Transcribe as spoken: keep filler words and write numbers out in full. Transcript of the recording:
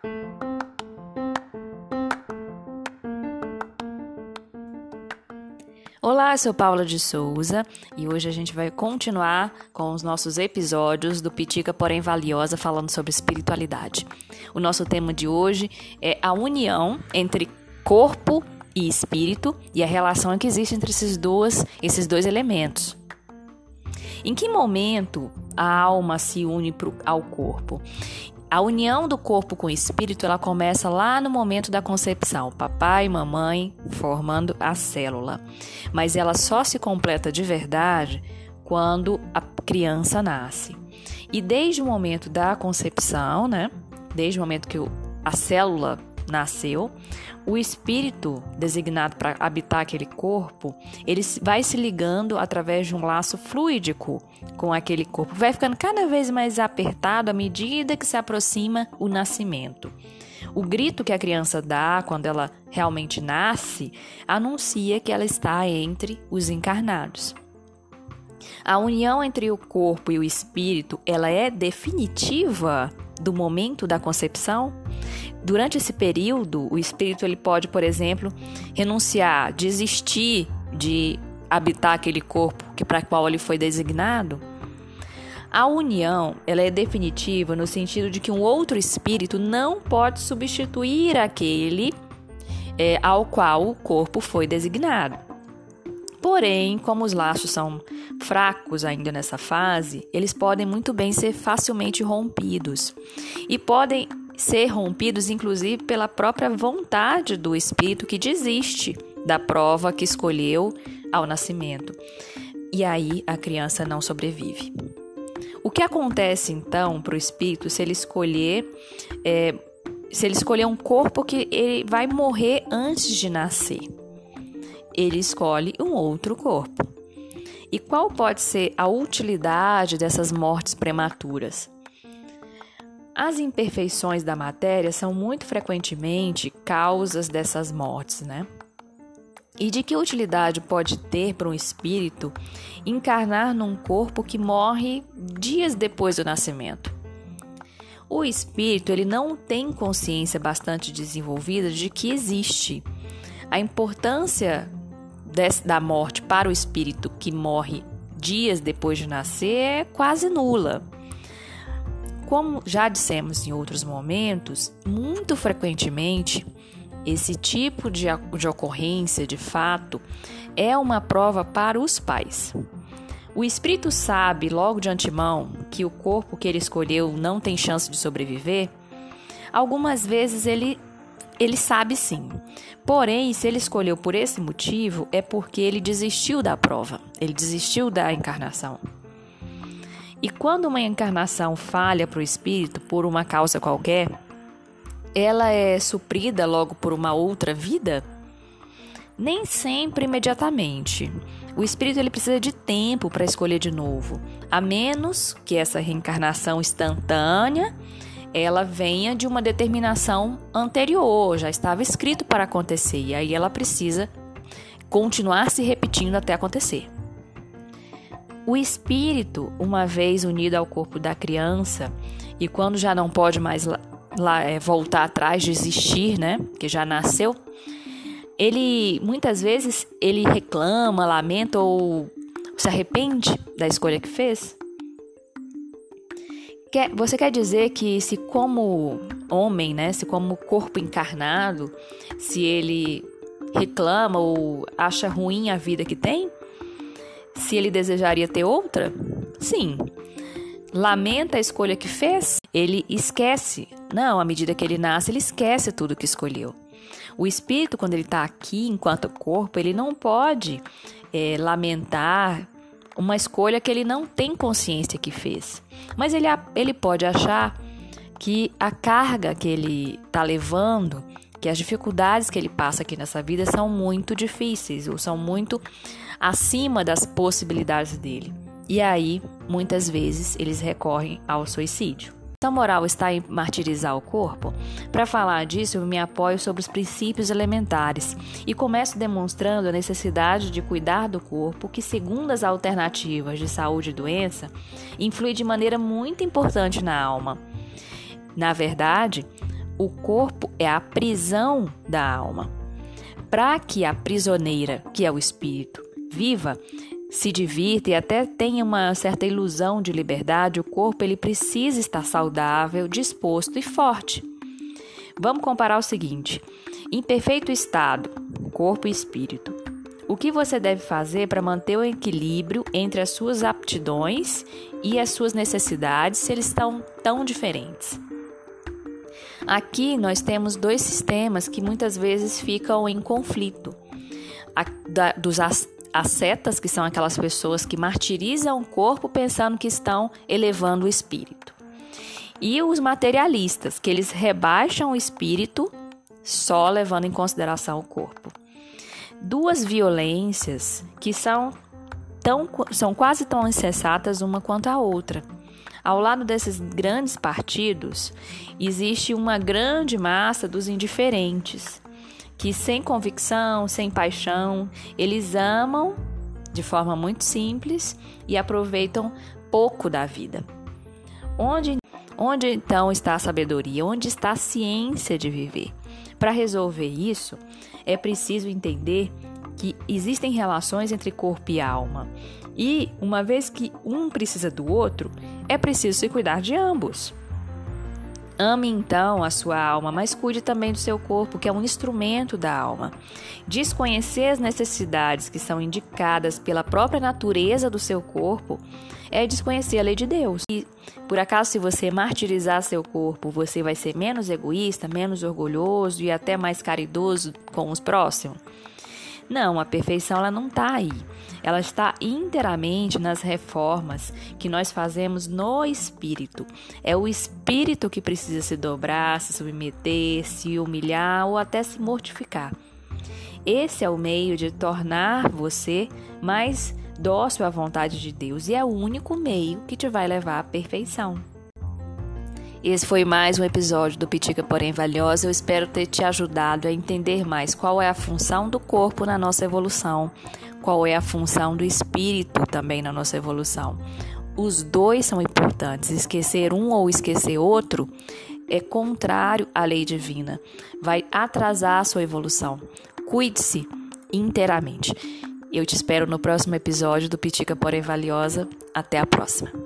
Olá, eu sou Paula de Souza e hoje a gente vai continuar com os nossos episódios do Pitica Porém Valiosa falando sobre espiritualidade. O nosso tema de hoje é a união entre corpo e espírito e a relação que existe entre esses dois, esses dois elementos. Em que momento a alma se une pro, ao corpo? A união do corpo com o espírito, ela começa lá no momento da concepção, papai e mamãe formando a célula. Mas ela só se completa de verdade quando a criança nasce. E desde o momento da concepção, né, desde o momento que a célula nasceu, o espírito designado para habitar aquele corpo, ele vai se ligando através de um laço fluídico com aquele corpo. Vai ficando cada vez mais apertado à medida que se aproxima o nascimento. O grito que a criança dá quando ela realmente nasce anuncia que ela está entre os encarnados. A união entre o corpo e o espírito, ela é definitiva do momento da concepção. Durante esse período, o espírito ele pode, por exemplo, renunciar, desistir de habitar aquele corpo que para qual ele foi designado. A união, ela é definitiva no sentido de que um outro espírito não pode substituir aquele é, ao qual o corpo foi designado. Porém, como os laços são fracos ainda nessa fase, eles podem muito bem ser facilmente rompidos e podem ser rompidos, inclusive, pela própria vontade do espírito que desiste da prova que escolheu ao nascimento. E aí a criança não sobrevive. O que acontece, então, para o espírito se ele escolher, é, se ele escolher um corpo que ele vai morrer antes de nascer? Ele escolhe um outro corpo. E qual pode ser a utilidade dessas mortes prematuras? As imperfeições da matéria são muito frequentemente causas dessas mortes, né? E de que utilidade pode ter para um espírito encarnar num corpo que morre dias depois do nascimento? O espírito, ele não tem consciência bastante desenvolvida de que existe. A importância desse, da morte para o espírito que morre dias depois de nascer é quase nula. Como já dissemos em outros momentos, muito frequentemente, esse tipo de, de ocorrência, de fato, é uma prova para os pais. O espírito sabe logo de antemão que o corpo que ele escolheu não tem chance de sobreviver. Algumas vezes ele, ele sabe sim. Porém, se ele escolheu por esse motivo, é porque ele desistiu da prova, ele desistiu da encarnação. E quando uma encarnação falha para o espírito por uma causa qualquer, ela é suprida logo por uma outra vida? Nem sempre imediatamente. O espírito ele precisa de tempo para escolher de novo, a menos que essa reencarnação instantânea ela venha de uma determinação anterior, já estava escrito para acontecer, e aí ela precisa continuar se repetindo até acontecer. O espírito, uma vez unido ao corpo da criança, e quando já não pode mais lá, lá, é, voltar atrás, desistir, né, que já nasceu, ele, muitas vezes, ele reclama, lamenta ou se arrepende da escolha que fez. Quer, você quer dizer que se como homem, né, se como corpo encarnado, se ele reclama ou acha ruim a vida que tem, se ele desejaria ter outra? Sim. Lamenta a escolha que fez? Ele esquece. Não, à medida que ele nasce, ele esquece tudo que escolheu. O espírito, quando ele está aqui enquanto corpo, ele não pode é, lamentar uma escolha que ele não tem consciência que fez. Mas ele, ele pode achar que a carga que ele está levando, que as dificuldades que ele passa aqui nessa vida são muito difíceis ou são muito acima das possibilidades dele. E aí, muitas vezes, eles recorrem ao suicídio. A moral está em martirizar o corpo? Para falar disso, eu me apoio sobre os princípios elementares e começo demonstrando a necessidade de cuidar do corpo, que, segundo as alternativas de saúde e doença, influi de maneira muito importante na alma. Na verdade, O corpo é a prisão da alma. Para que a prisioneira, que é o espírito, viva, se divirta e até tenha uma certa ilusão de liberdade, o corpo ele precisa estar saudável, disposto e forte. Vamos comparar o seguinte: em perfeito estado, corpo e espírito. O que você deve fazer para manter o equilíbrio entre as suas aptidões e as suas necessidades, se eles estão tão diferentes? Aqui nós temos dois sistemas que muitas vezes ficam em conflito. A, da, dos ascetas, que são aquelas pessoas que martirizam o corpo pensando que estão elevando o espírito. E os materialistas, que eles rebaixam o espírito só levando em consideração o corpo. Duas violências que são, tão, são quase tão insensatas uma quanto a outra. Ao lado desses grandes partidos, existe uma grande massa dos indiferentes, que sem convicção, sem paixão, eles amam de forma muito simples e aproveitam pouco da vida. Onde, onde então está a sabedoria? Onde está a ciência de viver? Para resolver isso, é preciso entender que existem relações entre corpo e alma. E, uma vez que um precisa do outro, é preciso se cuidar de ambos. Ame então a sua alma, mas cuide também do seu corpo, que é um instrumento da alma. Desconhecer as necessidades que são indicadas pela própria natureza do seu corpo é desconhecer a lei de Deus. E, por acaso, se você martirizar seu corpo, você vai ser menos egoísta, menos orgulhoso e até mais caridoso com os próximos? Não, a perfeição ela não está aí. Ela está inteiramente nas reformas que nós fazemos no espírito. É o espírito que precisa se dobrar, se submeter, se humilhar ou até se mortificar. Esse é o meio de tornar você mais dócil à vontade de Deus e é o único meio que te vai levar à perfeição. Esse foi mais um episódio do Pitica Porém Valiosa. Eu espero ter te ajudado a entender mais qual é a função do corpo na nossa evolução, qual é a função do espírito também na nossa evolução. Os dois são importantes. Esquecer um ou esquecer outro é contrário à lei divina. Vai atrasar a sua evolução. Cuide-se inteiramente. Eu te espero no próximo episódio do Pitica Porém Valiosa. Até a próxima.